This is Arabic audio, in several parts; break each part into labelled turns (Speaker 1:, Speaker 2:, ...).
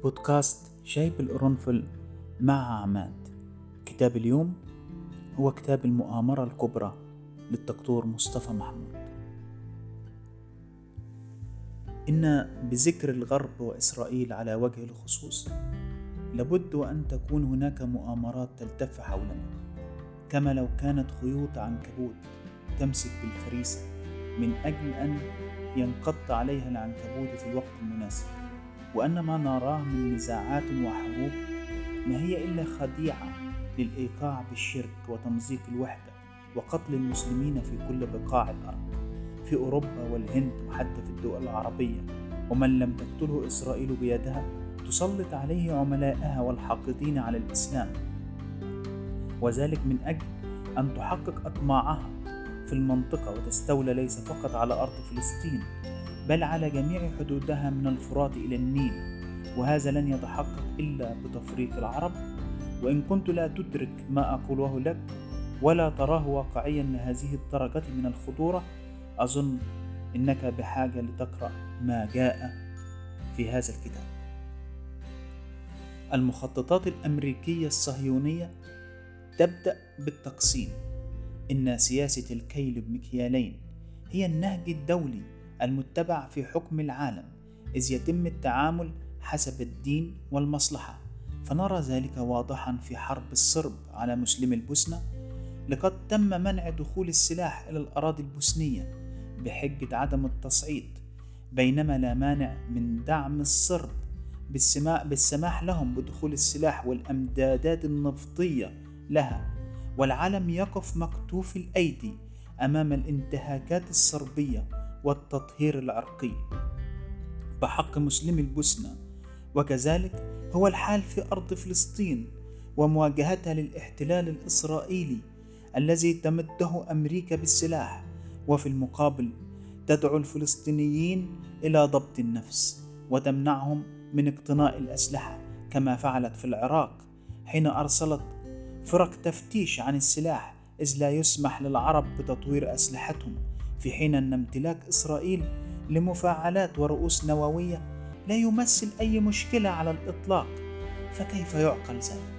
Speaker 1: بودكاست شاي بالقرنفل مع عماد. كتاب اليوم هو كتاب المؤامرة الكبرى للدكتور مصطفى محمود. إن بذكر الغرب وإسرائيل على وجه الخصوص لابد وأن تكون هناك مؤامرات تلتف حولنا، كما لو كانت خيوط عنكبوت تمسك بالفريسة من أجل أن ينقض عليها العنكبوت في الوقت المناسب، وأن ما نراه من نزاعات وحروب ما هي إلا خديعة للإيقاع بالشرك وتمزيق الوحدة وقتل المسلمين في كل بقاع الأرض، في أوروبا والهند وحتى في الدول العربية. ومن لم تقتله إسرائيل بيدها تسلط عليه عملائها والحاقدين على الإسلام، وذلك من أجل أن تحقق أطماعها في المنطقة وتستولى ليس فقط على أرض فلسطين بل على جميع حدودها من الفرات إلى النيل. وهذا لن يتحقق إلا بتفريق العرب. وإن كنت لا تدرك ما أقوله لك ولا تراه واقعيا لهذه الدرجة من الخطورة، أظن إنك بحاجة لتقرأ ما جاء في هذا الكتاب. المخططات الأمريكية الصهيونية تبدأ بالتقسيم. إن سياسة الكيل بمكيالين هي النهج الدولي المتبع في حكم العالم، إذ يتم التعامل حسب الدين والمصلحة. فنرى ذلك واضحا في حرب الصرب على مسلمي البوسنة. لقد تم منع دخول السلاح إلى الأراضي البوسنية بحجة عدم التصعيد، بينما لا مانع من دعم الصرب بالسماح لهم بدخول السلاح والأمدادات النفطية لها. والعالم يقف مكتوف الأيدي أمام الانتهاكات الصربية والتطهير العرقي بحق مسلمي البوسنة. وكذلك هو الحال في أرض فلسطين ومواجهتها للاحتلال الإسرائيلي الذي تمده أمريكا بالسلاح، وفي المقابل تدعو الفلسطينيين إلى ضبط النفس وتمنعهم من اقتناء الأسلحة، كما فعلت في العراق حين أرسلت فرق تفتيش عن السلاح، إذ لا يسمح للعرب بتطوير أسلحتهم، في حين أن امتلاك إسرائيل لمفاعلات ورؤوس نووية لا يمثل أي مشكلة على الإطلاق. فكيف يعقل ذلك؟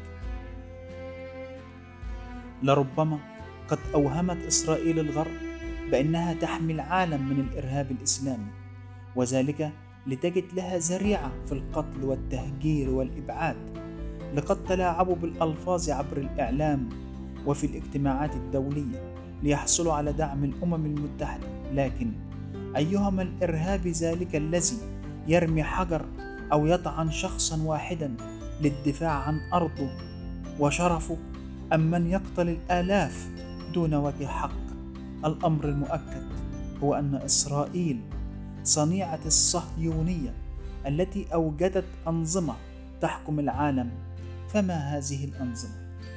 Speaker 1: لربما قد أوهمت إسرائيل الغرب بأنها تحمي العالم من الإرهاب الإسلامي، وذلك لتجد لها ذريعة في القتل والتهجير والإبعاد. لقد تلاعبوا بالألفاظ عبر الإعلام وفي الاجتماعات الدولية ليحصلوا على دعم الأمم المتحدة، لكن أيهما الإرهابي ذلك الذي يرمي حجر أو يطعن شخصا واحدا للدفاع عن أرضه وشرفه، أم من يقتل الآلاف دون وجه حق؟ الأمر المؤكد هو أن إسرائيل صنيعة الصهيونية التي أوجدت أنظمة تحكم العالم. فما هذه الأنظمة؟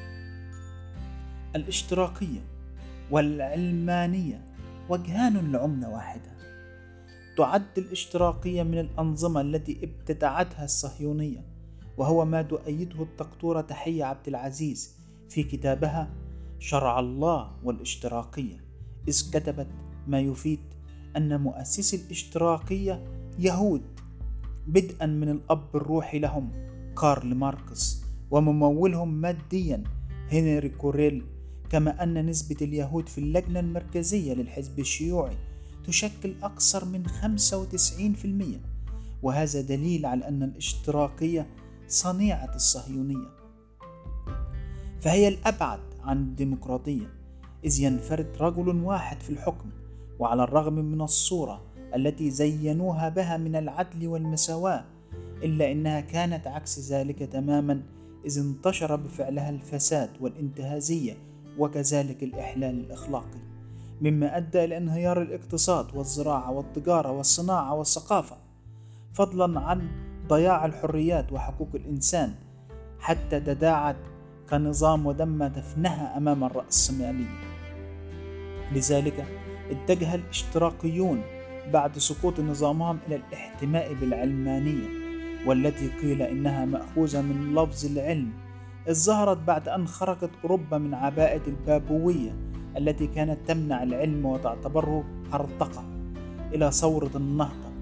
Speaker 1: الاشتراكية والعلمانية وجهان لعملة واحدة. تعد الاشتراكية من الأنظمة التي ابتدعتها الصهيونية، وهو ما تؤيده الدكتورة تحية عبد العزيز في كتابها شرع الله والاشتراكية، إذ كتبت ما يفيد أن مؤسسي الاشتراكية يهود، بدءا من الأب الروحي لهم كارل ماركس وممولهم ماديا هنري كوريل، كما أن نسبة اليهود في اللجنة المركزية للحزب الشيوعي تشكل أكثر من 95%. وهذا دليل على أن الاشتراكية صنيعة الصهيونية، فهي الأبعد عن الديمقراطية، إذ ينفرد رجل واحد في الحكم، وعلى الرغم من الصورة التي زينوها بها من العدل والمساواة، إلا أنها كانت عكس ذلك تماما، إذ انتشر بفعلها الفساد والانتهازية وكذلك الإحلال الأخلاقي، مما أدى إلى انهيار الاقتصاد والزراعة والتجارة والصناعة والثقافة، فضلا عن ضياع الحريات وحقوق الإنسان، حتى تداعت كنظام ودم تفنها أمام الرأسمالية. لذلك اتجه الاشتراكيون بعد سقوط نظامهم إلى الاحتماء بالعلمانية، والتي قيل إنها مأخوذة من لفظ العلم، إذ ظهرت بعد أن خرجت أوروبا من عباءة البابوية التي كانت تمنع العلم وتعتبره هرطقة، إلى ثورة النهضة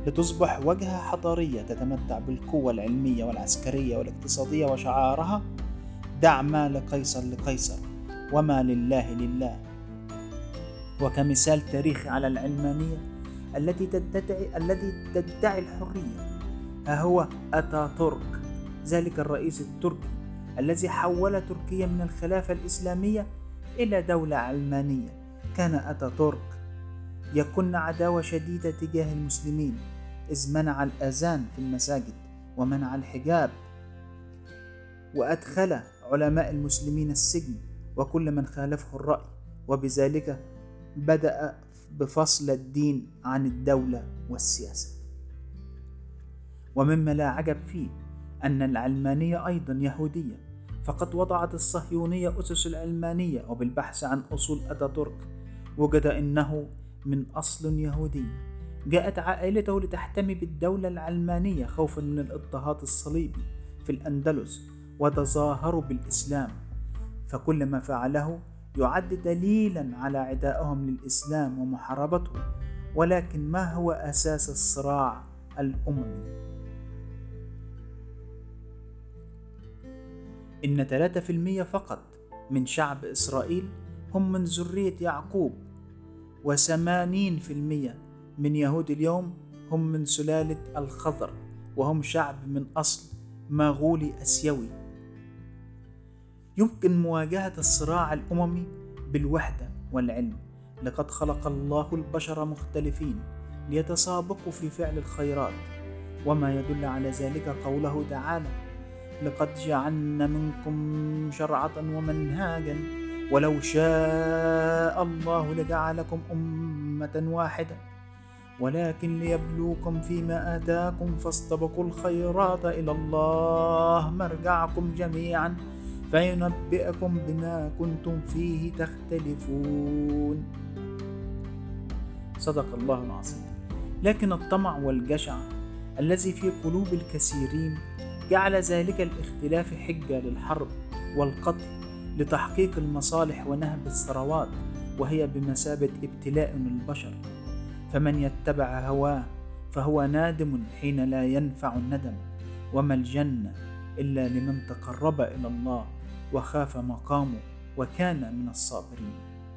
Speaker 1: لتصبح وجهة حضارية تتمتع بالقوة العلمية والعسكرية والاقتصادية، وشعارها: دع ما لقيصر لقيصر وما لله لله. وكمثال تاريخي على العلمانية التي تدعي الحرية، ها هو أتاتورك، ذلك الرئيس التركي الذي حول تركيا من الخلافة الإسلامية إلى دولة علمانية. كان أتاتورك يكن عداوة شديدة تجاه المسلمين، إذ منع الأذان في المساجد ومنع الحجاب، وأدخل علماء المسلمين السجن وكل من خالفه الرأي، وبذلك بدأ بفصل الدين عن الدولة والسياسة. ومما لا عجب فيه أن العلمانية أيضا يهودية، فقد وضعت الصهيونية أسس العلمانية، وبالبحث عن أصول أتاتورك وجد أنه من أصل يهودي. جاءت عائلته لتحتمي بالدولة العلمانية خوفا من الاضطهاد الصليبي في الأندلس، وتظاهروا بالإسلام، فكل ما فعله يعد دليلا على عدائهم للإسلام ومحاربته. ولكن ما هو أساس الصراع الأممي؟ إن 3% فقط من شعب إسرائيل هم من ذرية يعقوب، و80% من يهود اليوم هم من سلالة الخضر، وهم شعب من أصل مغولي أسيوي. يمكن مواجهة الصراع الأممي بالوحدة والعلم. لقد خلق الله البشر مختلفين ليتسابقوا في فعل الخيرات، وما يدل على ذلك قوله تعالى: لقد جعلنا منكم شرعة ومنهاجا ولو شاء الله لجعلكم أمة واحدة ولكن ليبلوكم فيما آتاكم فاستبقوا الخيرات إلى الله مرجعكم جميعا فينبئكم بما كنتم فيه تختلفون. صدق الله العظيم. لكن الطمع والجشع الذي في قلوب الكثيرين جعل ذلك الاختلاف حجة للحرب والقتل لتحقيق المصالح ونهب الثروات، وهي بمثابة ابتلاء للبشر. فمن يتبع هواه فهو نادم حين لا ينفع الندم، وما الجنة إلا لمن تقرب إلى الله وخاف مقامه وكان من الصابرين.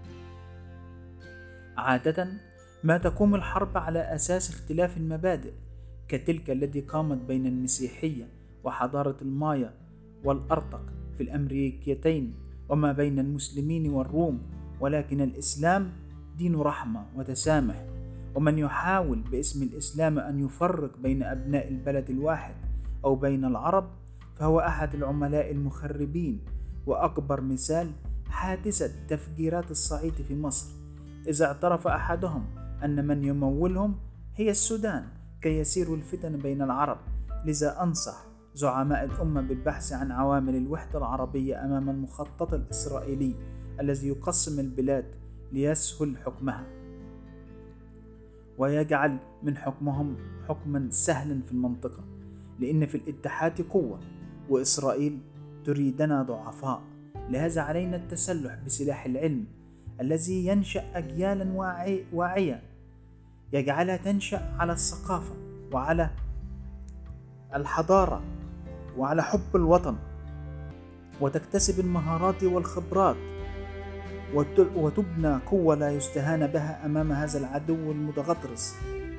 Speaker 1: عادة ما تقوم الحرب على أساس اختلاف المبادئ، كتلك التي قامت بين المسيحية وحضارة المايا والأرطق في الأمريكيتين، وما بين المسلمين والروم. ولكن الإسلام دين رحمة وتسامح، ومن يحاول باسم الإسلام أن يفرق بين أبناء البلد الواحد أو بين العرب فهو أحد العملاء المخربين. وأكبر مثال حادثة تفجيرات الصعيد في مصر، إذا اعترف أحدهم أن من يمولهم هي السودان كي يسيروا الفتن بين العرب. لذا أنصح زعماء الأمة بالبحث عن عوامل الوحدة العربية أمام المخطط الإسرائيلي الذي يقسم البلاد ليسهل حكمها ويجعل من حكمهم حكما سهلا في المنطقة، لأن في الاتحاد قوة وإسرائيل تريدنا ضعفاء. لهذا علينا التسلح بسلاح العلم الذي ينشأ أجيالا واعية يجعلها تنشأ على الثقافة وعلى الحضارة وعلى حب الوطن، وتكتسب المهارات والخبرات، وتبنى قوة لا يستهان بها أمام هذا العدو المتغطرس.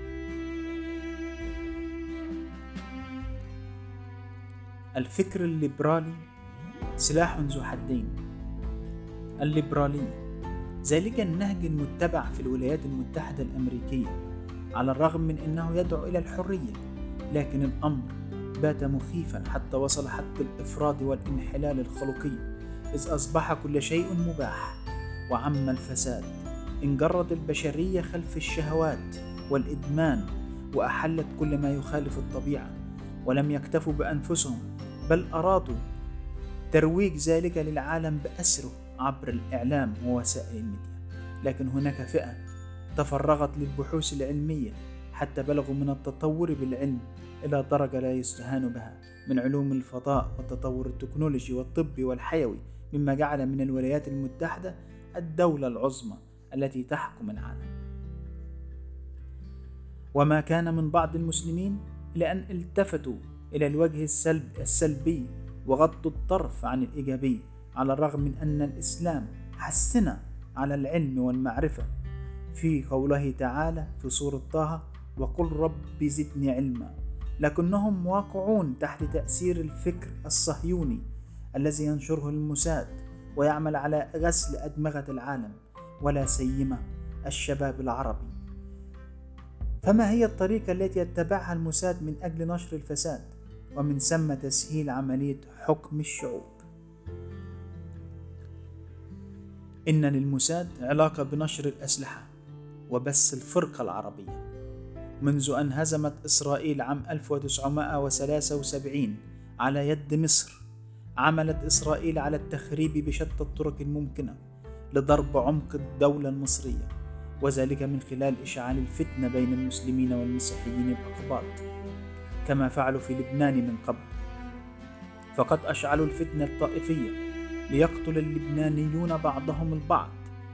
Speaker 1: الفكر الليبرالي سلاح ذو حدين. الليبرالية ذلك النهج المتبع في الولايات المتحدة الأمريكية، على الرغم من أنه يدعو إلى الحرية، لكن الأمر بات مخيفا حتى وصل حد الإفراط والانحلال الخلقي، إذ أصبح كل شيء مباح وعم الفساد. انجرت البشرية خلف الشهوات والإدمان وأحلت كل ما يخالف الطبيعة، ولم يكتفوا بأنفسهم بل أرادوا ترويج ذلك للعالم بأسره عبر الإعلام ووسائل الميديا. لكن هناك فئة تفرغت للبحوث العلمية حتى بلغوا من التطور بالعلم إلى درجة لا يستهان بها من علوم الفضاء والتطور التكنولوجي والطبي والحيوي، مما جعل من الولايات المتحدة الدولة العظمى التي تحكم العالم. وما كان من بعض المسلمين إلى أن التفتوا إلى الوجه السلبي وغضوا الطرف عن الإيجابي، على الرغم من أن الإسلام حثنا على العلم والمعرفة في قوله تعالى في سورة طه: وقل رب زدني علما، لكنهم واقعون تحت تأثير الفكر الصهيوني الذي ينشره الموساد ويعمل على غسل أدمغة العالم ولا سيما الشباب العربي. فما هي الطريقة التي يتبعها الموساد من أجل نشر الفساد ومن ثم تسهيل عملية حكم الشعوب؟ إن للموساد علاقة بنشر الأسلحة وبث الفرقة العربية. منذ أن هزمت إسرائيل عام 1973 على يد مصر، عملت إسرائيل على التخريب بشتى الطرق الممكنة لضرب عمق الدولة المصرية، وذلك من خلال إشعال الفتنة بين المسلمين والمسيحيين الأقباط كما فعلوا في لبنان من قبل. فقد أشعلوا الفتنة الطائفية ليقتل اللبنانيون بعضهم البعض،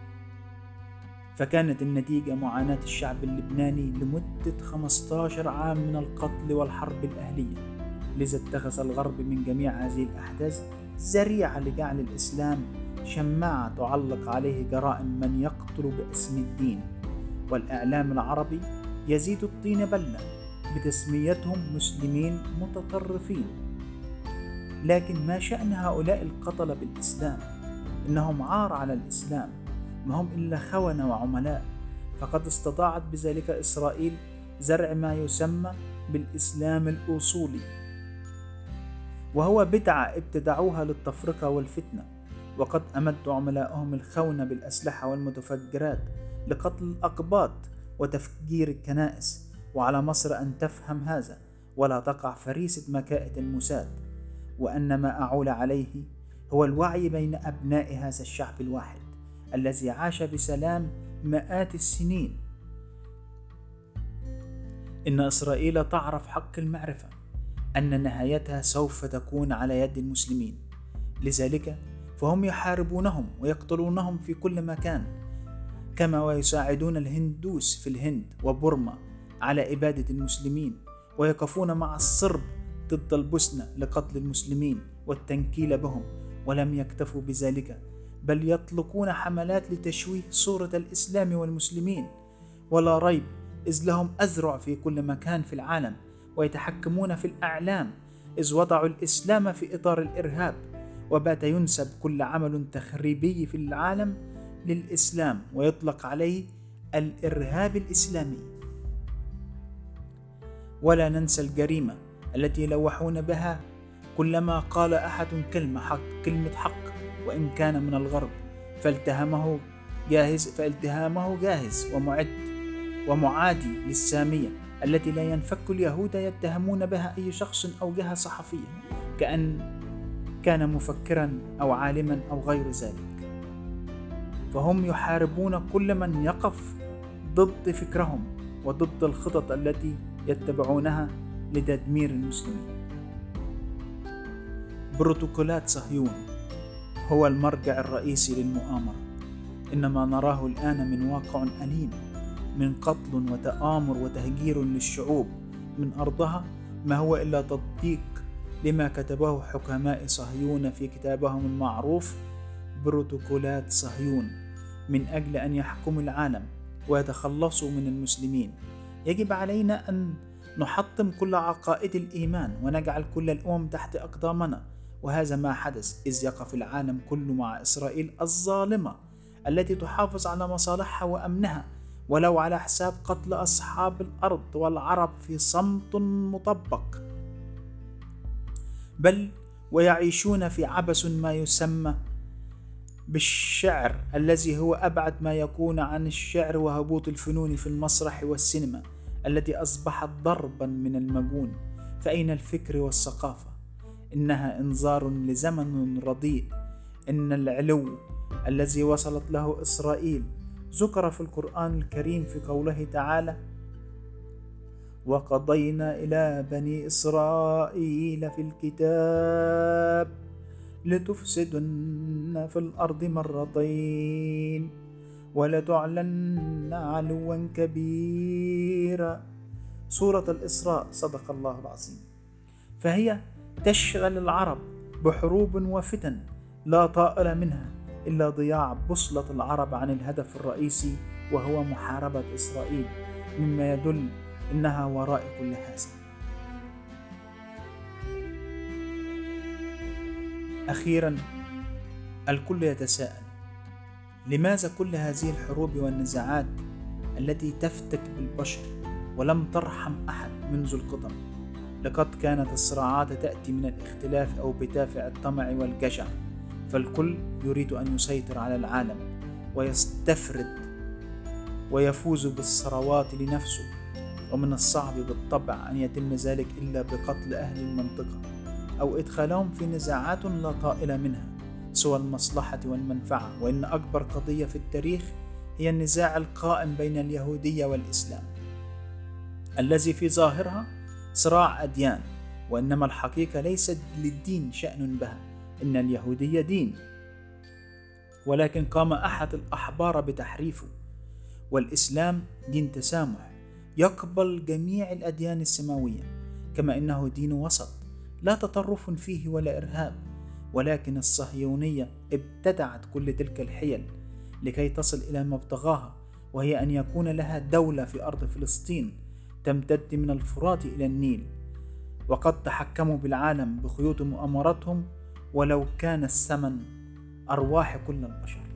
Speaker 1: فكانت النتيجة معاناة الشعب اللبناني لمدة 15 عام من القتل والحرب الأهلية. لذا اتخذ الغرب من جميع هذه الأحداث ذريعة لجعل الإسلام شماعة تعلق عليه جرائم من يقتل باسم الدين، والإعلام العربي يزيد الطين بلة بتسميتهم مسلمين متطرفين. لكن ما شأن هؤلاء القتلة بالإسلام؟ إنهم عار على الإسلام، ما هم إلا خونة وعملاء. فقد استطاعت بذلك إسرائيل زرع ما يسمى بالإسلام الأصولي، وهو بدعة ابتدعوها للتفرقة والفتنة. وقد أمد عملاؤهم الخونة بالأسلحة والمتفجرات لقتل الأقباط وتفجير الكنائس. وعلى مصر أن تفهم هذا ولا تقع فريسة مكائد الموساد، وأن ما أعول عليه هو الوعي بين أبناء هذا الشعب الواحد الذي عاش بسلام مئات السنين. إن إسرائيل تعرف حق المعرفة أن نهايتها سوف تكون على يد المسلمين، لذلك فهم يحاربونهم ويقتلونهم في كل مكان، كما ويساعدون الهندوس في الهند وبورما على إبادة المسلمين، ويقفون مع الصرب ضد البوسنة لقتل المسلمين والتنكيل بهم. ولم يكتفوا بذلك، بل يطلقون حملات لتشويه صورة الإسلام والمسلمين، ولا ريب إذ لهم أذرع في كل مكان في العالم ويتحكمون في الأعلام، إذ وضعوا الإسلام في إطار الإرهاب. وبات ينسب كل عمل تخريبي في العالم للإسلام ويطلق عليه الإرهاب الإسلامي. ولا ننسى الجريمة التي لوحون بها كلما قال أحد كلمة حق وإن كان من الغرب، فالتهامه جاهز ومعد ومعادي للسامية التي لا ينفك اليهود يتهمون بها أي شخص أو جهة صحفية كأن كان مفكرا أو عالما أو غير ذلك. فهم يحاربون كل من يقف ضد فكرهم وضد الخطط التي يتبعونها لتدمير المسلمين. بروتوكولات صهيون هو المرجع الرئيسي للمؤامرة. إنما نراه الآن من واقع أليم، من قتل وتآمر وتهجير للشعوب من أرضها، ما هو إلا تطبيق لما كتبه حكماء صهيون في كتابهم المعروف بروتوكولات صهيون من أجل أن يحكموا العالم ويتخلصوا من المسلمين. يجب علينا أن نحطم كل عقائد الإيمان ونجعل كل الأمم تحت أقدامنا، وهذا ما حدث، إذ يقف العالم كله مع إسرائيل الظالمة التي تحافظ على مصالحها وأمنها ولو على حساب قتل أصحاب الأرض والعرب في صمت مطبق، بل ويعيشون في عبث ما يسمى بالشعر الذي هو أبعد ما يكون عن الشعر وهبوط الفنون في المسرح والسينما التي أصبحت ضربا من المجون. فأين الفكر والثقافة؟ إنها إنذار لزمن رديء. إن العلو الذي وصلت له إسرائيل ذكر في القرآن الكريم في قوله تعالى: وقضينا إلى بني إسرائيل في الكتاب لتفسدن في الأرض مرتين ولتعلن علوا كبيرا سورة الإسراء. صدق الله العظيم. فهي تشغل العرب بحروب وفتن لا طائل منها إلا ضياع بوصلة العرب عن الهدف الرئيسي، وهو محاربة إسرائيل، مما يدل أنها وراء كل هذا. أخيرا، الكل يتساءل: لماذا كل هذه الحروب والنزاعات التي تفتك بالبشر ولم ترحم أحد منذ القدم؟ لقد كانت الصراعات تأتي من الاختلاف أو بدافع الطمع والجشع، فالكل يريد أن يسيطر على العالم ويستفرد ويفوز بالثروات لنفسه، ومن الصعب بالطبع أن يتم ذلك إلا بقتل أهل المنطقة أو إدخالهم في نزاعات لا طائل منها سوى المصلحة والمنفعة. وإن أكبر قضية في التاريخ هي النزاع القائم بين اليهودية والإسلام، الذي في ظاهرها صراع أديان، وإنما الحقيقة ليست للدين شأن بها، إن اليهودية دين، ولكن قام أحد الأحبار بتحريفه. والإسلام دين تسامح يقبل جميع الأديان السماوية، كما إنه دين وسط لا تطرف فيه ولا إرهاب. ولكن الصهيونية ابتدعت كل تلك الحيل لكي تصل إلى مبتغاها، وهي أن يكون لها دولة في أرض فلسطين تمتد من الفرات إلى النيل. وقد تحكموا بالعالم بخيوط مؤامراتهم، ولو كان الثمن أرواح كل البشر.